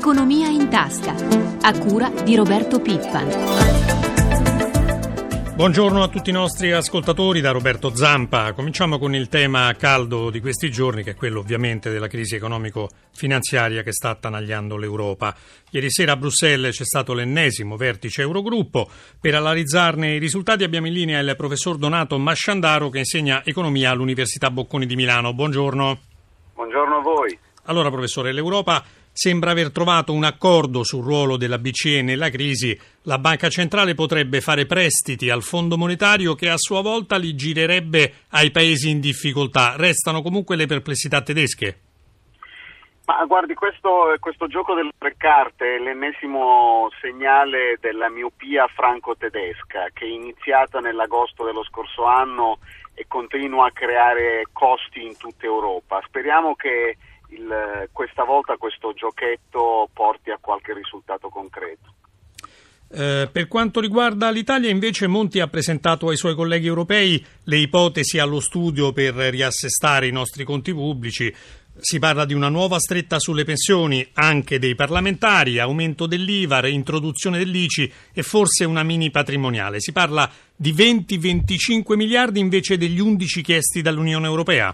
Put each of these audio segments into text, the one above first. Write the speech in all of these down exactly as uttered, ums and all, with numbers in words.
Economia in tasca, a cura di Roberto Pippan. Buongiorno a tutti i nostri ascoltatori da Roberto Zampa. Cominciamo con il tema caldo di questi giorni, che è quello ovviamente della crisi economico-finanziaria che sta attanagliando l'Europa. Ieri sera a Bruxelles c'è stato l'ennesimo vertice Eurogruppo. Per analizzarne i risultati abbiamo in linea il professor Donato Masciandaro, che insegna economia all'Università Bocconi di Milano. Buongiorno. Buongiorno a voi. Allora, professore, l'Europa sembra aver trovato un accordo sul ruolo della B C E nella crisi. La Banca Centrale potrebbe fare prestiti al Fondo Monetario, che a sua volta li girerebbe ai paesi in difficoltà. Restano comunque le perplessità tedesche. Ma guardi, questo, questo gioco delle tre carte è l'ennesimo segnale della miopia franco-tedesca, che è iniziata nell'agosto dello scorso anno e continua a creare costi in tutta Europa. Speriamo che il, questa volta questo giochetto porti a qualche risultato concreto. Eh, per quanto riguarda l'Italia, invece, Monti ha presentato ai suoi colleghi europei le ipotesi allo studio per riassestare i nostri conti pubblici. Si parla di una nuova stretta sulle pensioni anche dei parlamentari, aumento dell'I V A, reintroduzione dell'I C I e forse una mini patrimoniale. Si parla di venti venticinque miliardi invece degli undici chiesti dall'Unione Europea.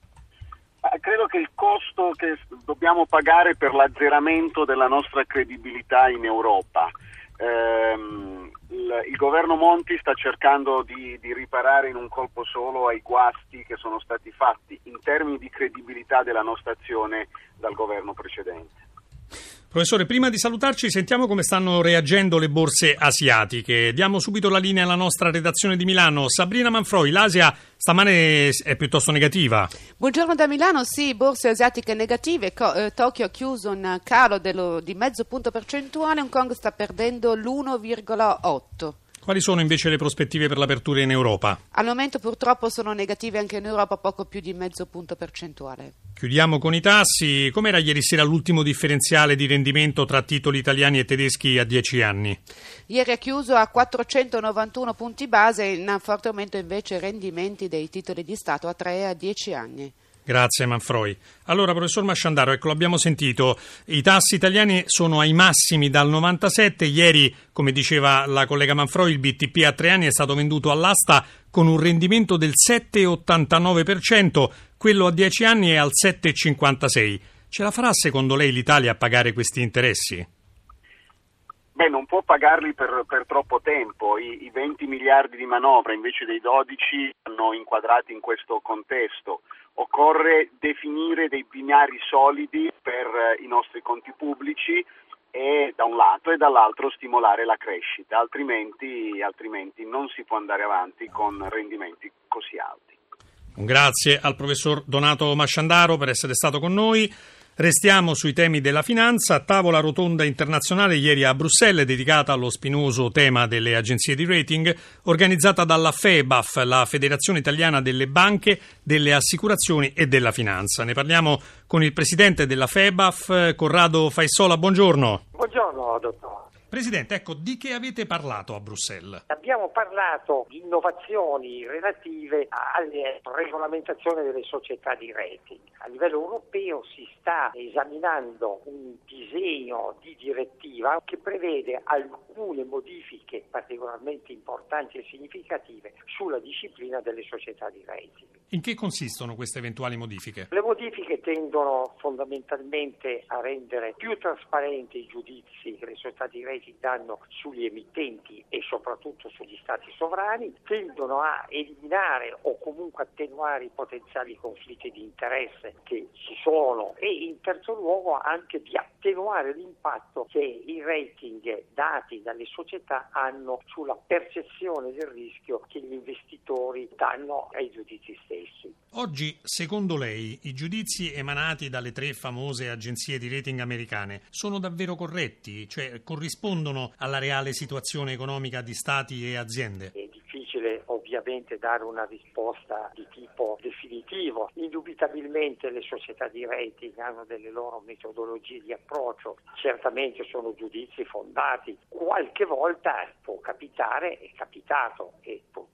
Credo che il costo che dobbiamo pagare per l'azzeramento della nostra credibilità in Europa. Ehm, il, il governo Monti sta cercando di, di riparare in un colpo solo ai guasti che sono stati fatti in termini di credibilità della nostra azione dal governo precedente. Professore, prima di salutarci sentiamo come stanno reagendo le borse asiatiche. Diamo subito la linea alla nostra redazione di Milano. Sabrina Manfroi, l'Asia stamane è piuttosto negativa. Buongiorno da Milano, sì, borse asiatiche negative. Co- eh, Tokyo ha chiuso un calo dello, di mezzo punto percentuale, Hong Kong sta perdendo l'uno virgola otto. Quali sono invece le prospettive per l'apertura in Europa? Al momento purtroppo sono negative anche in Europa, poco più di mezzo punto percentuale. Chiudiamo con i tassi. Com'era ieri sera l'ultimo differenziale di rendimento tra titoli italiani e tedeschi a dieci anni? Ieri ha chiuso a quattrocentonovantuno punti base, in forte aumento invece rendimenti dei titoli di Stato a tre e a dieci anni. Grazie Manfroi. Allora, professor Masciandaro, ecco, l'abbiamo sentito, i tassi italiani sono ai massimi dal novantasette, ieri, come diceva la collega Manfroi, il B T P a tre anni è stato venduto all'asta con un rendimento del sette virgola ottantanove per cento, quello a dieci anni è al sette virgola cinquantasei per cento. Ce la farà secondo lei l'Italia a pagare questi interessi? Beh, non può pagarli per, per troppo tempo. I, i venti miliardi di manovra invece dei dodici hanno inquadrati in questo contesto. Occorre definire dei binari solidi per i nostri conti pubblici e da un lato e dall'altro stimolare la crescita, altrimenti, altrimenti non si può andare avanti con rendimenti così alti. Grazie al professor Donato Masciandaro per essere stato con noi. Restiamo sui temi della finanza. Tavola rotonda internazionale ieri a Bruxelles dedicata allo spinoso tema delle agenzie di rating, organizzata dalla FEBAF, la Federazione Italiana delle Banche, delle Assicurazioni e della Finanza. Ne parliamo con il presidente della FEBAF, Corrado Faissola. Buongiorno. Buongiorno, dottor. Presidente, ecco, di che avete parlato a Bruxelles? Abbiamo parlato di innovazioni relative alle regolamentazioni delle società di rating. A livello europeo si sta esaminando un disegno di direttiva che prevede alcune modifiche particolarmente importanti e significative sulla disciplina delle società di rating. In che consistono queste eventuali modifiche? Le modifiche tendono fondamentalmente a rendere più trasparenti i giudizi che le società di rating danno sugli emittenti e soprattutto sugli stati sovrani, tendono a eliminare o comunque attenuare i potenziali conflitti di interesse che ci sono e in terzo luogo anche di attenuare l'impatto che i rating dati dalle società hanno sulla percezione del rischio che gli investitori danno ai giudizi stessi. Oggi, secondo lei, i giudizi emanati dalle tre famose agenzie di rating americane sono davvero corretti? Cioè, corrispondono alla reale situazione economica di stati e aziende? È difficile ovviamente dare una risposta di tipo definitivo. Indubitabilmente le società di rating hanno delle loro metodologie di approccio, certamente sono giudizi fondati. Qualche volta può capitare, è capitato e purtroppo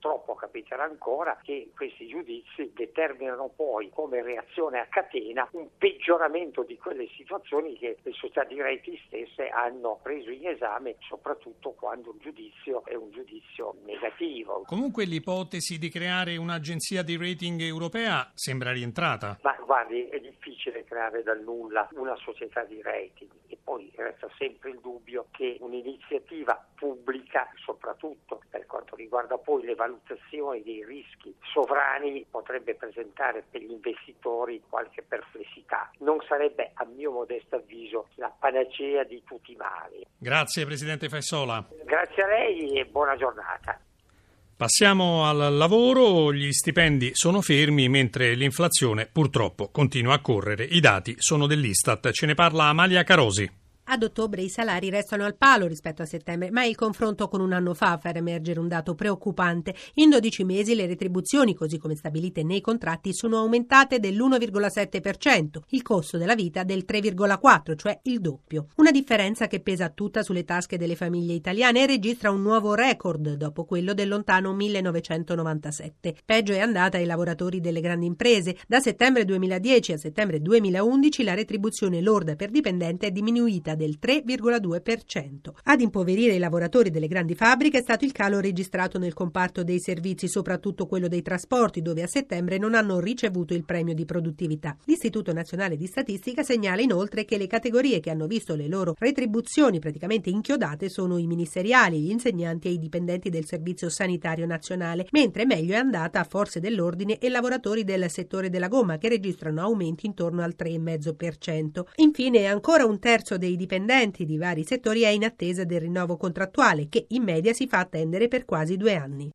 purtroppo capiterà ancora che questi giudizi determinano poi come reazione a catena un peggioramento di quelle situazioni che le società di rating stesse hanno preso in esame, soprattutto quando un giudizio è un giudizio negativo. Comunque l'ipotesi di creare un'agenzia di rating europea sembra rientrata. Ma guardi, è difficile creare dal nulla una società di rating e poi resta sempre il dubbio che un'iniziativa pubblica, soprattutto per quanto riguarda poi le valutazioni dei rischi sovrani, potrebbe presentare per gli investitori qualche perplessità. Non sarebbe, a mio modesto avviso, la panacea di tutti i mali. Grazie Presidente Faissola. Grazie a lei e buona giornata. Passiamo al lavoro, gli stipendi sono fermi mentre l'inflazione purtroppo continua a correre. I dati sono dell'Istat, ce ne parla Amalia Carosi. Ad ottobre i salari restano al palo rispetto a settembre, ma il confronto con un anno fa fa emergere un dato preoccupante. In dodici mesi le retribuzioni, così come stabilite nei contratti, sono aumentate dell'uno virgola sette per cento, il costo della vita del tre virgola quattro per cento, cioè il doppio. Una differenza che pesa tutta sulle tasche delle famiglie italiane e registra un nuovo record dopo quello del lontano millenovecentonovantasette. Peggio è andata ai lavoratori delle grandi imprese. Da settembre duemiladieci a settembre duemilaundici la retribuzione lorda per dipendente è diminuita del tre virgola due per cento. Ad impoverire i lavoratori delle grandi fabbriche è stato il calo registrato nel comparto dei servizi, soprattutto quello dei trasporti, dove a settembre non hanno ricevuto il premio di produttività. L'Istituto Nazionale di Statistica segnala inoltre che le categorie che hanno visto le loro retribuzioni praticamente inchiodate sono i ministeriali, gli insegnanti e i dipendenti del Servizio Sanitario Nazionale, mentre meglio è andata a forze dell'ordine e lavoratori del settore della gomma, che registrano aumenti intorno al tre virgola cinque per cento. Infine, ancora un terzo dei dipendenti di vari settori è in attesa del rinnovo contrattuale, che in media si fa attendere per quasi due anni.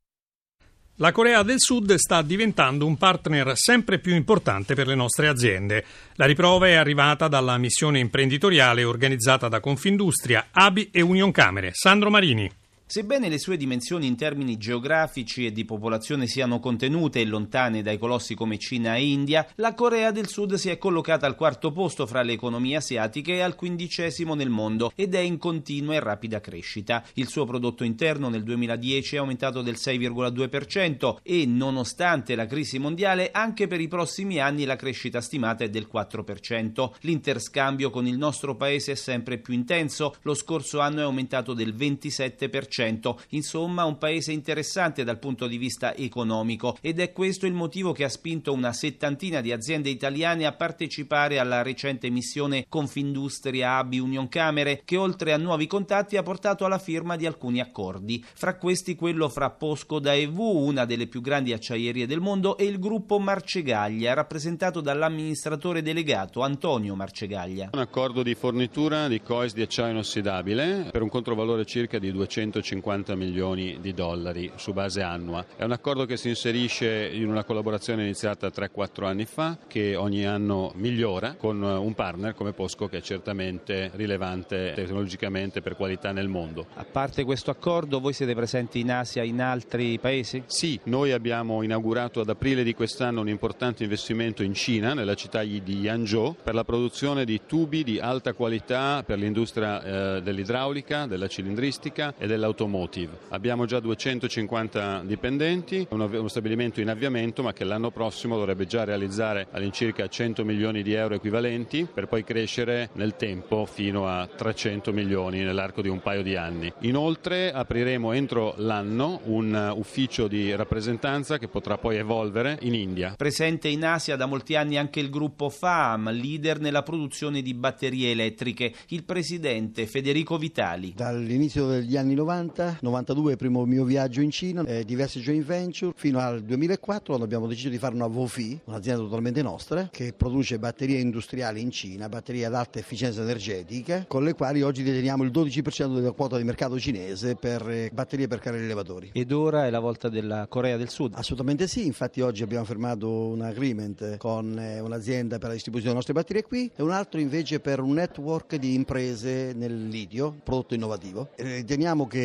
La Corea del Sud sta diventando un partner sempre più importante per le nostre aziende. La riprova è arrivata dalla missione imprenditoriale organizzata da Confindustria, A B I e Unioncamere. Sandro Marini. Sebbene le sue dimensioni in termini geografici e di popolazione siano contenute e lontane dai colossi come Cina e India, la Corea del Sud si è collocata al quarto posto fra le economie asiatiche e al quindicesimo nel mondo ed è in continua e rapida crescita. Il suo prodotto interno nel duemiladieci è aumentato del sei virgola due per cento e, nonostante la crisi mondiale, anche per i prossimi anni la crescita stimata è del quattro per cento. L'interscambio con il nostro paese è sempre più intenso, lo scorso anno è aumentato del ventisette per cento. Insomma, un paese interessante dal punto di vista economico, ed è questo il motivo che ha spinto una settantina di aziende italiane a partecipare alla recente missione Confindustria A B I Unioncamere, che oltre a nuovi contatti ha portato alla firma di alcuni accordi, fra questi quello fra Posco Daewoo, una delle più grandi acciaierie del mondo, e il gruppo Marcegaglia, rappresentato dall'amministratore delegato Antonio Marcegaglia. Un accordo di fornitura di cois di acciaio inossidabile per un controvalore circa di duecentocinquanta milioni di dollari su base annua. È un accordo che si inserisce in una collaborazione iniziata tre quattro anni fa, che ogni anno migliora, con un partner come Posco che è certamente rilevante tecnologicamente per qualità nel mondo. A parte questo accordo, voi siete presenti in Asia, in altri paesi? Sì, noi abbiamo inaugurato ad aprile di quest'anno un importante investimento in Cina, nella città di Yangzhou, per la produzione di tubi di alta qualità per l'industria eh, dell'idraulica, della cilindristica e dell'automotive. Abbiamo già duecentocinquanta dipendenti, uno stabilimento in avviamento, ma che l'anno prossimo dovrebbe già realizzare all'incirca cento milioni di euro equivalenti, per poi crescere nel tempo fino a trecento milioni nell'arco di un paio di anni. Inoltre apriremo entro l'anno un ufficio di rappresentanza che potrà poi evolvere in India. Presente in Asia da molti anni anche il gruppo F A M, leader nella produzione di batterie elettriche. Il presidente Federico Vitali. Dall'inizio degli anni novanta, novantadue, primo mio viaggio in Cina, eh, diverse joint venture, fino al duemilaquattro, quando abbiamo deciso di fare una Vofi, un'azienda totalmente nostra, che produce batterie industriali in Cina, batterie ad alta efficienza energetica, con le quali oggi deteniamo il dodici per cento della quota di mercato cinese per eh, batterie per carri rilevatori. Ed ora è la volta della Corea del Sud? Assolutamente sì, infatti oggi abbiamo firmato un agreement con eh, un'azienda per la distribuzione delle nostre batterie qui e un altro invece per un network di imprese nel litio, prodotto innovativo. E riteniamo che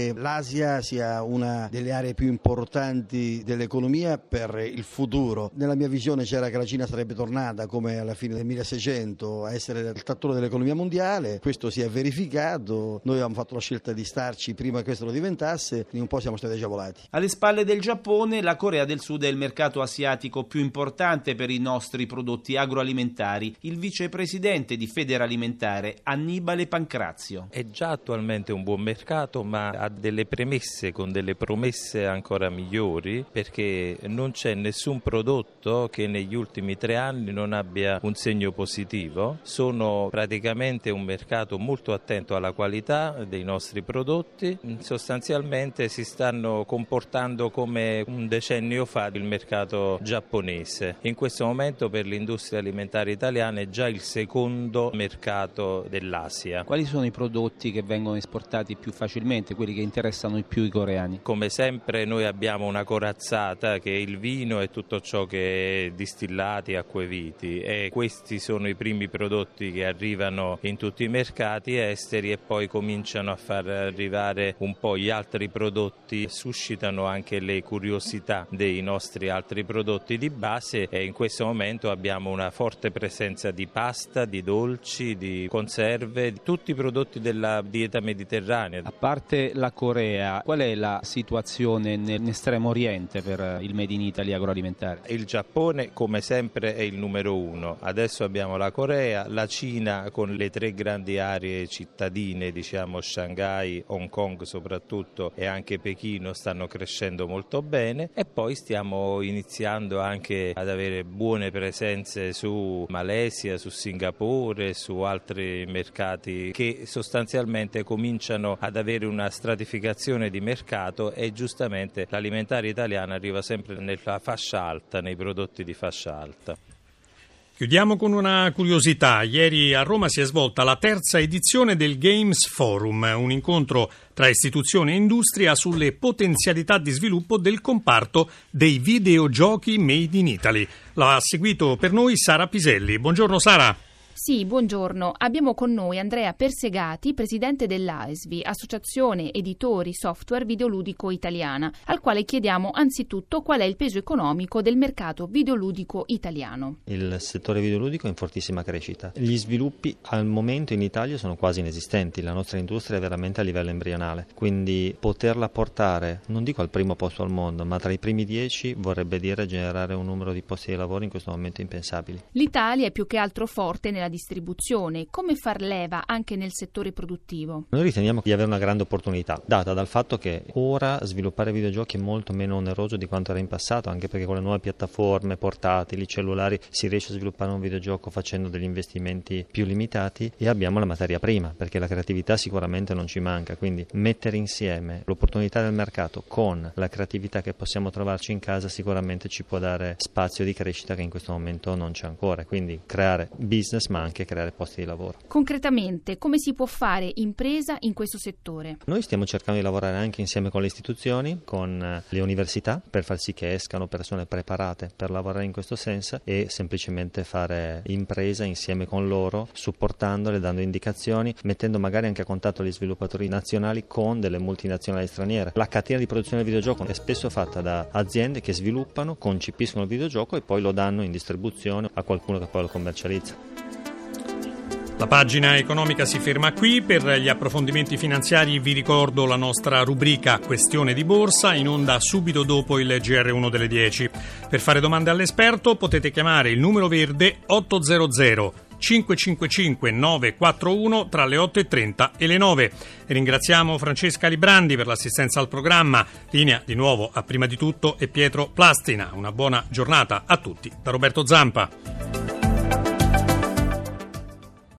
che l'Asia sia una delle aree più importanti dell'economia per il futuro. Nella mia visione c'era che la Cina sarebbe tornata come alla fine del milleseicento a essere il trattore dell'economia mondiale. Questo si è verificato. Noi avevamo fatto la scelta di starci prima che questo lo diventasse, quindi un po' siamo stati agevolati. Alle spalle del Giappone, la Corea del Sud è il mercato asiatico più importante per i nostri prodotti agroalimentari. Il vicepresidente di Federalimentare, Annibale Pancrazio. È già attualmente un buon mercato, ma ha delle premesse con delle promesse ancora migliori, perché non c'è nessun prodotto che negli ultimi tre anni non abbia un segno positivo. Sono praticamente un mercato molto attento alla qualità dei nostri prodotti. Sostanzialmente si stanno comportando come un decennio fa il mercato giapponese. In questo momento per l'industria alimentare italiana è già il secondo mercato dell'Asia. Quali sono i prodotti che vengono esportati più facilmente, quelli che interessano di più i coreani? Come sempre noi abbiamo una corazzata che è il vino e tutto ciò che è distillati, acquaviti, e questi sono i primi prodotti che arrivano in tutti i mercati esteri e poi cominciano a far arrivare un po' gli altri prodotti, suscitano anche le curiosità dei nostri altri prodotti di base, e in questo momento abbiamo una forte presenza di pasta, di dolci, di conserve, di tutti i prodotti della dieta mediterranea. A parte la Corea, qual è la situazione nell'estremo oriente per il Made in Italy agroalimentare? Il Giappone come sempre è il numero uno, adesso abbiamo la Corea, la Cina con le tre grandi aree cittadine, diciamo Shanghai, Hong Kong soprattutto e anche Pechino stanno crescendo molto bene, e poi stiamo iniziando anche ad avere buone presenze su Malesia, su Singapore, su altri mercati che sostanzialmente cominciano ad avere una stratificazione di mercato, e giustamente l'alimentare italiana arriva sempre nella fascia alta, nei prodotti di fascia alta. Chiudiamo con una curiosità. Ieri a Roma si è svolta la terza edizione del Games Forum, un incontro tra istituzioni e industria sulle potenzialità di sviluppo del comparto dei videogiochi made in Italy. L'ha seguito per noi Sara Piselli. Buongiorno Sara. Sì, buongiorno. Abbiamo con noi Andrea Persegati, presidente dell'A E S V I, Associazione Editori Software Videoludico Italiana, al quale chiediamo anzitutto qual è il peso economico del mercato videoludico italiano. Il settore videoludico è in fortissima crescita. Gli sviluppi al momento in Italia sono quasi inesistenti, la nostra industria è veramente a livello embrionale, quindi poterla portare, non dico al primo posto al mondo, ma tra i primi dieci vorrebbe dire generare un numero di posti di lavoro in questo momento impensabili. L'Italia è più che altro forte nella distribuzione. Come far leva anche nel settore produttivo? Noi riteniamo di avere una grande opportunità, data dal fatto che ora sviluppare videogiochi è molto meno oneroso di quanto era in passato, anche perché con le nuove piattaforme portatili, cellulari, si riesce a sviluppare un videogioco facendo degli investimenti più limitati, e abbiamo la materia prima, perché la creatività sicuramente non ci manca, quindi mettere insieme l'opportunità del mercato con la creatività che possiamo trovarci in casa sicuramente ci può dare spazio di crescita che in questo momento non c'è ancora, quindi creare business ma anche creare posti di lavoro. Concretamente, come si può fare impresa in questo settore? Noi stiamo cercando di lavorare anche insieme con le istituzioni, con le università, per far sì che escano persone preparate per lavorare in questo senso, e semplicemente fare impresa insieme con loro, supportandole, dando indicazioni, mettendo magari anche a contatto gli sviluppatori nazionali con delle multinazionali straniere. La catena di produzione del videogioco è spesso fatta da aziende che sviluppano, concepiscono il videogioco e poi lo danno in distribuzione a qualcuno che poi lo commercializza. La pagina economica si ferma qui. Per gli approfondimenti finanziari vi ricordo la nostra rubrica Questione di Borsa, in onda subito dopo il G R uno delle dieci. Per fare domande all'esperto potete chiamare il numero verde ottocento cinque cinque cinque nove quattro uno tra le otto e trenta e le nove. E ringraziamo Francesca Librandi per l'assistenza al programma. Linea di nuovo a Prima di Tutto e Pietro Plastina. Una buona giornata a tutti da Roberto Zampa.